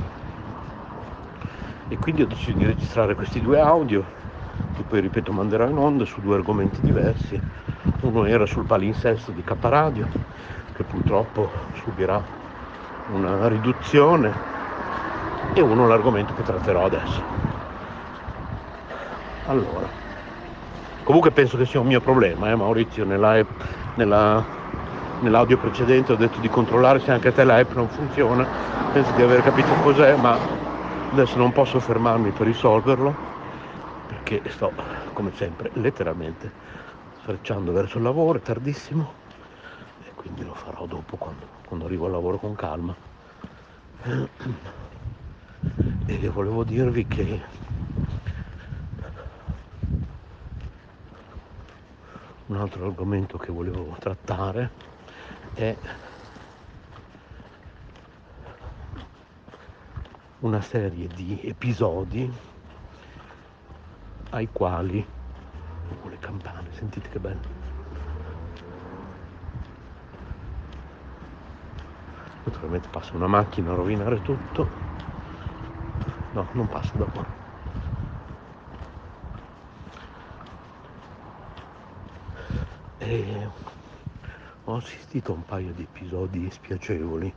e quindi ho deciso di registrare questi due audio, che poi ripeto manderò in onda, su due argomenti diversi. Uno era sul palinsesto di K-Radio, che purtroppo subirà una riduzione, e uno l'argomento che tratterò adesso. Allora, comunque penso che sia un mio problema, eh, Maurizio, nella, nella, nell'audio precedente ho detto di controllare se anche a te la app non funziona, penso di aver capito cos'è, ma adesso non posso fermarmi per risolverlo, perché sto, come sempre, letteralmente sfrecciando verso il lavoro, è tardissimo, e quindi lo farò dopo, quando, quando arrivo al lavoro con calma. E volevo dirvi che un altro argomento che volevo trattare è una serie di episodi ai quali con le campane, sentite che bello. Naturalmente passa una macchina a rovinare tutto. No, non passa da qua. E ho assistito a un paio di episodi spiacevoli.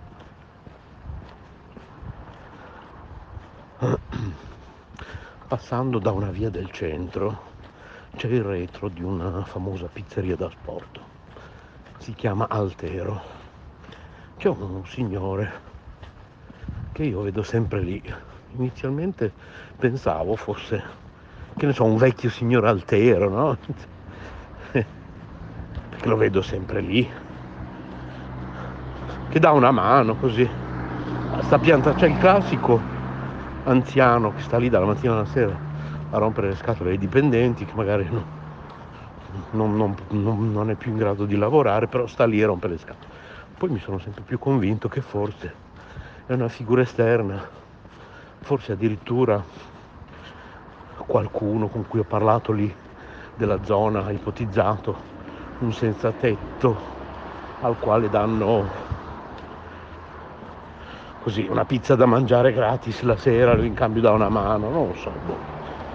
Passando da una via del centro c'è il retro di una famosa pizzeria da sport, si chiama Altero. C'è un signore che io vedo sempre lì. Inizialmente pensavo fosse, che ne so, un vecchio signor Altero, no? Perché lo vedo sempre lì, che dà una mano così. Sta pianta, c'è il classico anziano che sta lì dalla mattina alla sera a rompere le scatole ai dipendenti, che magari no, non, non, non, non è più in grado di lavorare, però sta lì a rompere le scatole. Poi mi sono sempre più convinto che forse è una figura esterna, forse addirittura qualcuno con cui ho parlato lì della zona ha ipotizzato un senza tetto al quale danno così una pizza da mangiare gratis la sera, lui in cambio dà una mano, non lo so, boh.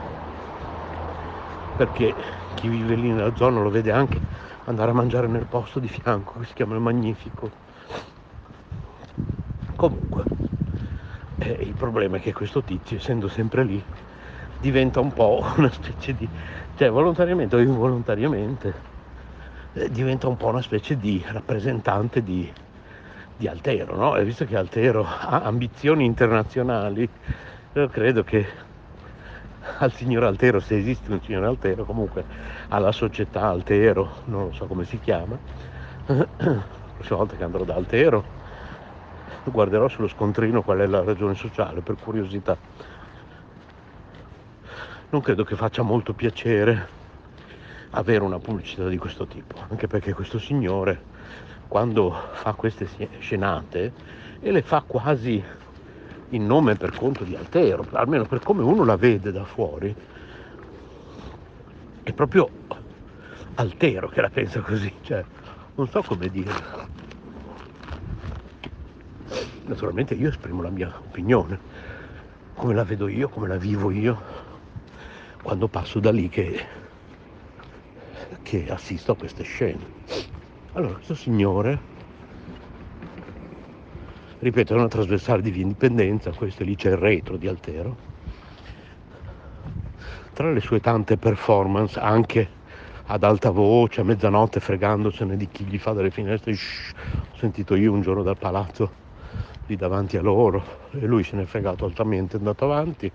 Perché chi vive lì nella zona lo vede anche andare a mangiare nel posto di fianco, che si chiama il Magnifico. Comunque, eh, il problema è che questo tizio, essendo sempre lì, diventa un po' una specie di, cioè volontariamente o involontariamente, eh, diventa un po' una specie di rappresentante di di Altero, no? E visto che Altero ha ambizioni internazionali, io credo che al signor Altero, se esiste un signor Altero, comunque alla società Altero, non lo so come si chiama, la prossima volta che andrò da Altero guarderò sullo scontrino qual è la ragione sociale, per curiosità. Non credo che faccia molto piacere avere una pubblicità di questo tipo, anche perché questo signore, quando fa queste scenate, e le fa quasi in nome e per conto di Altero, almeno per come uno la vede da fuori, è proprio Altero che la pensa così, cioè non so come dire. Naturalmente io esprimo la mia opinione, come la vedo io, come la vivo io, quando passo da lì che, che assisto a queste scene. Allora, questo signore, ripeto, è una trasversale di Via Indipendenza, questo lì c'è il retro di Altero. Tra le sue tante performance, anche ad alta voce, a mezzanotte, fregandosene di chi gli fa dalle finestre, shh, ho sentito io un giorno dal palazzo lì davanti a loro, e lui se n'è fregato altamente, è andato avanti.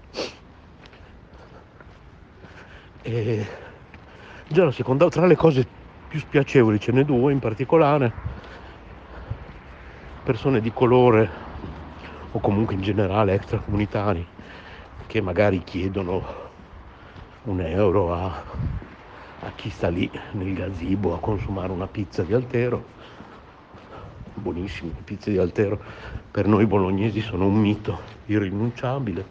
E già la seconda, tra le cose più spiacevoli ce n'è due in particolare: persone di colore o comunque in generale extracomunitari che magari chiedono un euro a, a chi sta lì nel gazebo a consumare una pizza di Altero. Buonissime le pizze di Altero, per noi bolognesi sono un mito irrinunciabile,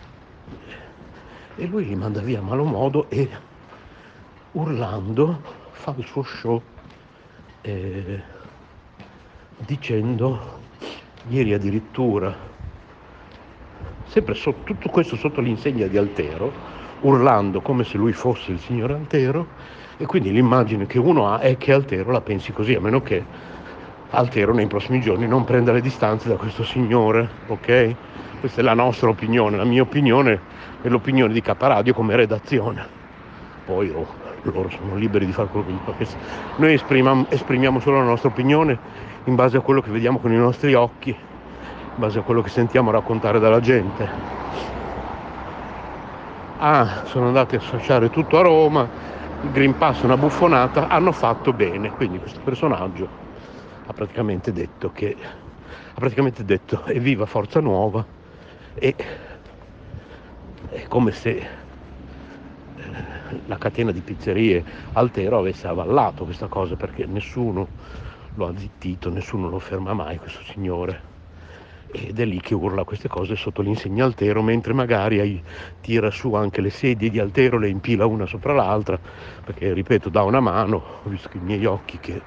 e lui li manda via a malo modo e urlando fa il suo show, eh, dicendo, ieri addirittura, sempre so, tutto questo sotto l'insegna di Altero, urlando come se lui fosse il signor Altero, e quindi l'immagine che uno ha è che Altero la pensi così, a meno che Altero nei prossimi giorni non prenda le distanze da questo signore, ok? Questa è la nostra opinione, la mia opinione e l'opinione di K Radio come redazione. Poi oh, loro sono liberi di fare quello che gli pare. Noi esprimiamo, esprimiamo solo la nostra opinione in base a quello che vediamo con i nostri occhi, in base a quello che sentiamo raccontare dalla gente. Ah, sono andati a associare tutto a Roma, il Green Pass è una buffonata, hanno fatto bene. Quindi questo personaggio ha praticamente detto che ha praticamente detto evviva Forza Nuova, e è come se la catena di pizzerie Altero avesse avallato questa cosa, perché nessuno lo ha zittito, nessuno lo ferma mai questo signore. ed è lì che urla queste cose sotto l'insegna Altero, mentre magari hai, tira su anche le sedie di Altero, le impila una sopra l'altra, perché ripeto, dà una mano, ho visto che i miei occhi che...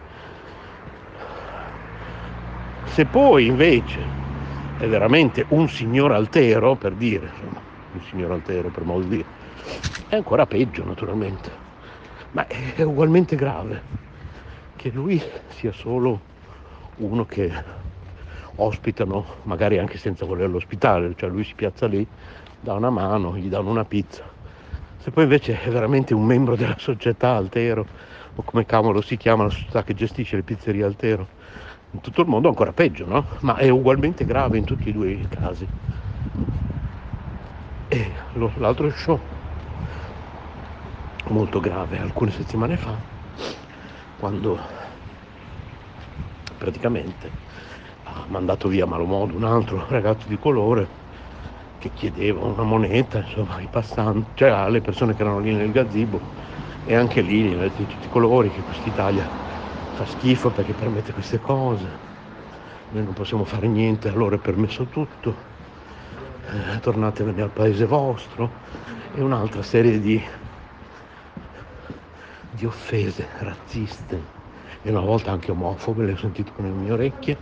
Se poi invece è veramente un signor Altero, per dire, insomma, un signor Altero per modo di dire, è ancora peggio naturalmente, ma è ugualmente grave che lui sia solo uno che ospitano, magari anche senza volerlo ospitare, cioè lui si piazza lì, dà una mano, gli danno una pizza. Se poi invece è veramente un membro della società Altero, o come cavolo si chiama la società che gestisce le pizzerie Altero in tutto il mondo, ancora peggio, no? Ma è ugualmente grave in tutti e due i casi. E lo, l'altro show molto grave alcune settimane fa, quando praticamente ha mandato via malo modo un altro ragazzo di colore che chiedeva una moneta, insomma, ai passanti, cioè alle persone che erano lì nel gazebo, e anche lì gli ha detto di tutti i colori che quest'Italia fa schifo perché permette queste cose, noi non possiamo fare niente, allora è permesso tutto, eh, tornatevene al paese vostro, e un'altra serie di di offese razziste e una volta anche omofobe, le ho sentito con le mie orecchie,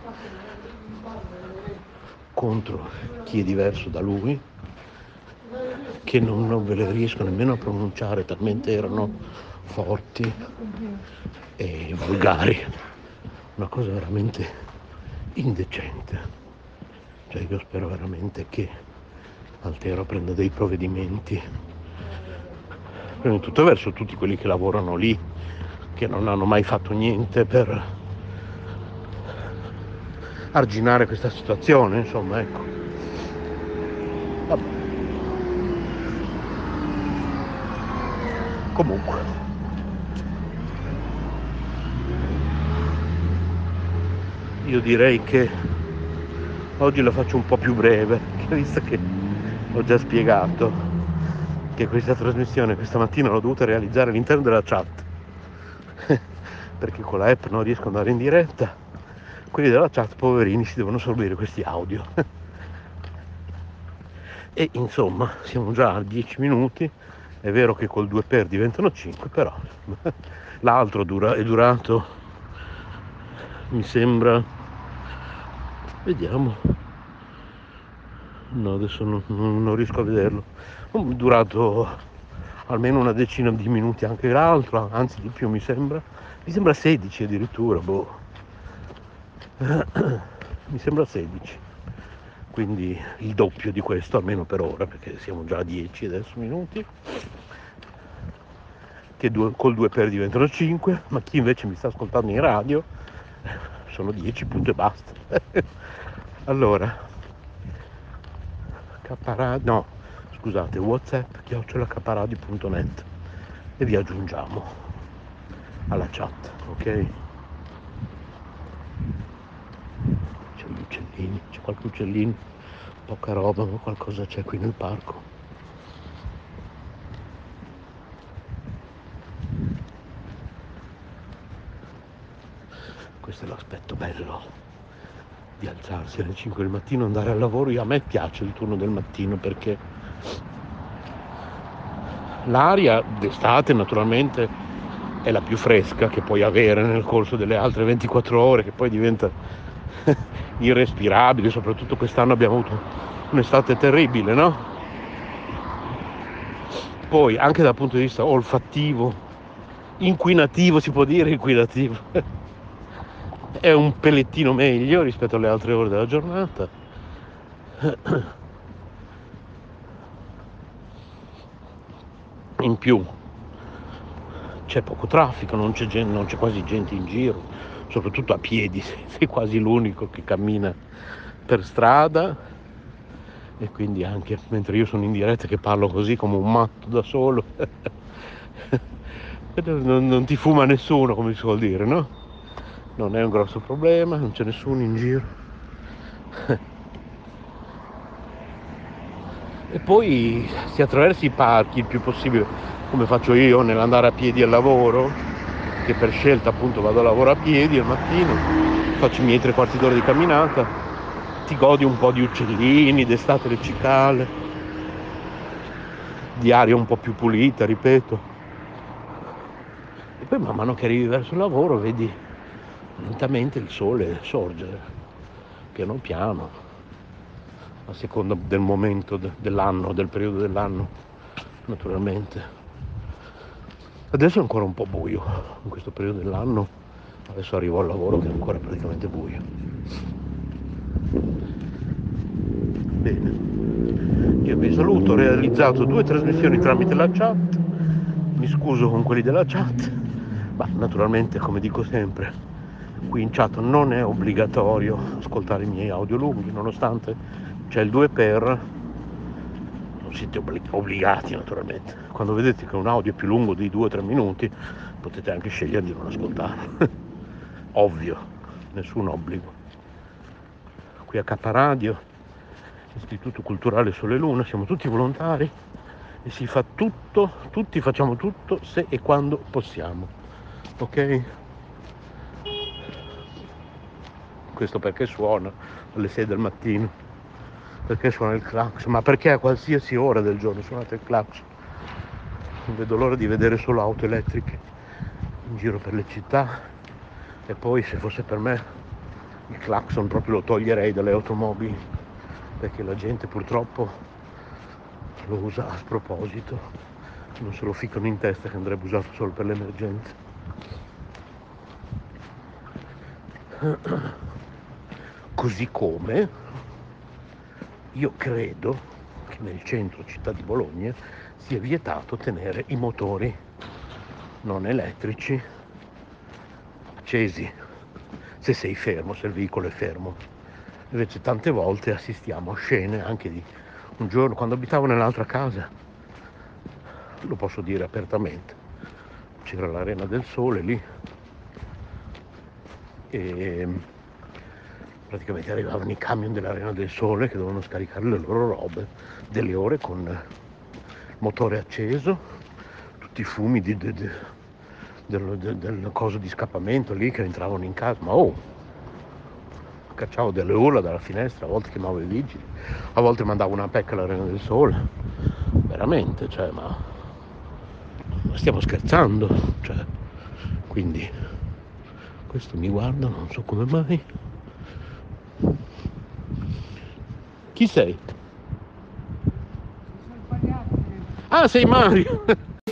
contro chi è diverso da lui, che non, non ve le riesco nemmeno a pronunciare, talmente erano forti e volgari, una cosa veramente indecente. Cioè io spero veramente che Altero prenda dei provvedimenti, prima di tutto verso tutti quelli che lavorano lì, che non hanno mai fatto niente per arginare questa situazione, insomma, ecco. Vabbè. Comunque, io direi che oggi la faccio un po' più breve, visto che ho già spiegato che questa trasmissione questa mattina l'ho dovuta realizzare all'interno della chat perché con la app non riesco ad andare in diretta, quelli della chat poverini si devono sorbire questi audio e insomma siamo già a dieci minuti, è vero che col due per diventano cinque, però l'altro dura, è durato, mi sembra, vediamo, no adesso non, non, non riesco a vederlo, è durato almeno una decina di minuti anche l'altro, anzi di più mi sembra, mi sembra sedici addirittura, boh, mi sembra sedici, quindi il doppio di questo almeno per ora, perché siamo già a dieci adesso minuti, che due, col due per diventano cinque, ma chi invece mi sta ascoltando in radio sono dieci, punto e basta. Allora, Caparadio, no, scusate, WhatsApp chiocciola caparadio punto net e vi aggiungiamo alla chat, ok? C'è gli uccellini, c'è qualche uccellino, poca roba, ma qualcosa c'è qui nel parco. Questo è l'aspetto bello di alzarsi alle cinque del mattino, andare al lavoro. Io, a me piace il turno del mattino perché l'aria d'estate naturalmente è la più fresca che puoi avere nel corso delle altre ventiquattro ore, che poi diventa irrespirabile, soprattutto quest'anno abbiamo avuto un'estate terribile, no? Poi anche dal punto di vista olfattivo, inquinativo, si può dire inquinativo, è un pellettino meglio rispetto alle altre ore della giornata. In più c'è poco traffico, non c'è, gente, non c'è quasi gente in giro, soprattutto a piedi, sei quasi l'unico che cammina per strada, e quindi anche mentre io sono in diretta che parlo così come un matto da solo non, non ti fuma nessuno, come si suol dire, no? Non è un grosso problema, non c'è nessuno in giro. E poi si attraversa i parchi il più possibile, come faccio io nell'andare a piedi al lavoro, che per scelta appunto vado a lavoro a piedi al mattino, faccio i miei tre quarti d'ora di camminata, ti godi un po' di uccellini, d'estate le cicale, di aria un po' più pulita, ripeto. E poi man mano che arrivi verso il lavoro vedi lentamente il sole sorgere, piano piano, a seconda del momento de- dell'anno, del periodo dell'anno, naturalmente. Adesso è ancora un po' buio, in questo periodo dell'anno, adesso arrivo al lavoro che è ancora praticamente buio. Bene, io vi saluto, ho realizzato due trasmissioni tramite la chat, mi scuso con quelli della chat, ma naturalmente, come dico sempre, qui in chat non è obbligatorio ascoltare i miei audio lunghi, nonostante c'è il due per, non siete obbligati naturalmente. Quando vedete che un audio è più lungo di due o tre minuti potete anche scegliere di non ascoltarlo. Ovvio, nessun obbligo. Qui a K Radio, Istituto Culturale Sole Luna, siamo tutti volontari e si fa tutto, tutti facciamo tutto se e quando possiamo, ok? Questo perché suona alle sei del mattino, perché suona il clacson, ma perché a qualsiasi ora del giorno suonate il clacson. Non vedo l'ora di vedere solo auto elettriche in giro per le città, e poi se fosse per me il clacson proprio lo toglierei dalle automobili, perché la gente purtroppo lo usa a sproposito, non se lo ficcano in testa che andrebbe usato solo per le emergenze. Così come io credo che nel centro città di Bologna sia vietato tenere i motori non elettrici accesi se sei fermo, se il veicolo è fermo. Invece tante volte assistiamo a scene anche di un giorno, quando abitavo nell'altra casa, lo posso dire apertamente, c'era l'Arena del Sole lì e praticamente arrivavano i camion dell'Arena del Sole che dovevano scaricare le loro robe delle ore con il motore acceso, tutti i fumi di, di, di, del, del, del coso di scappamento lì che entravano in casa, ma oh, cacciavo delle urla dalla finestra, a volte chiamavo i vigili, a volte mandavo una pecca all'Arena del Sole, veramente, cioè, ma, ma stiamo scherzando, cioè, quindi questo mi guarda, non so come mai. Chi sei? Ah, sei Mario!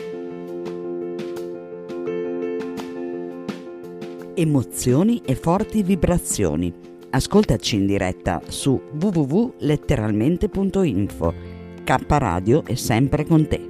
Emozioni e forti vibrazioni. Ascoltaci in diretta su w w w punto letteralmente punto info. K Radio è sempre con te.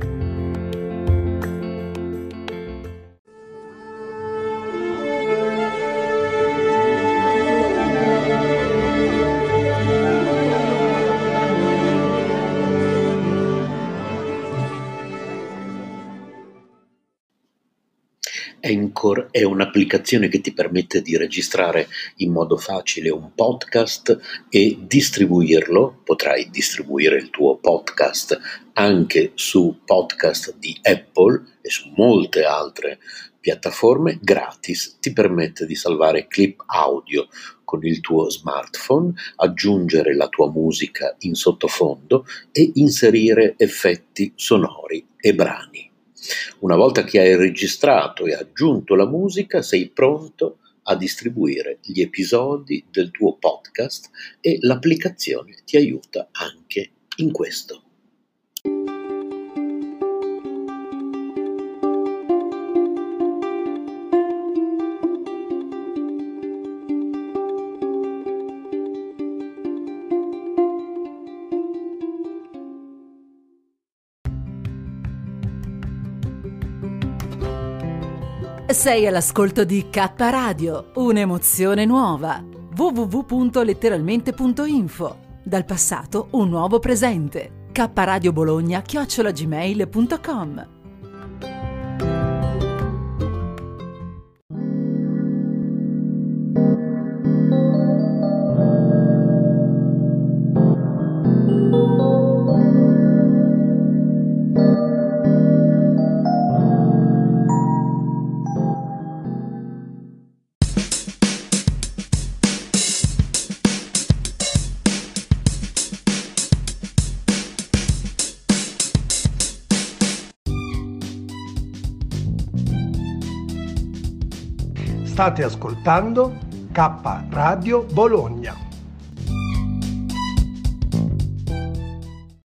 Anchor è un'applicazione che ti permette di registrare in modo facile un podcast e distribuirlo. Potrai distribuire il tuo podcast anche su podcast di Apple e su molte altre piattaforme gratis. Ti permette di salvare clip audio con il tuo smartphone, aggiungere la tua musica in sottofondo e inserire effetti sonori e brani. Una volta che hai registrato e aggiunto la musica, sei pronto a distribuire gli episodi del tuo podcast e l'applicazione ti aiuta anche in questo. Sei all'ascolto di K Radio, un'emozione nuova. w w w punto letteralmente punto info. Dal passato un nuovo presente. K Radio Bologna chiocciola gmail punto com. State ascoltando K Radio Bologna.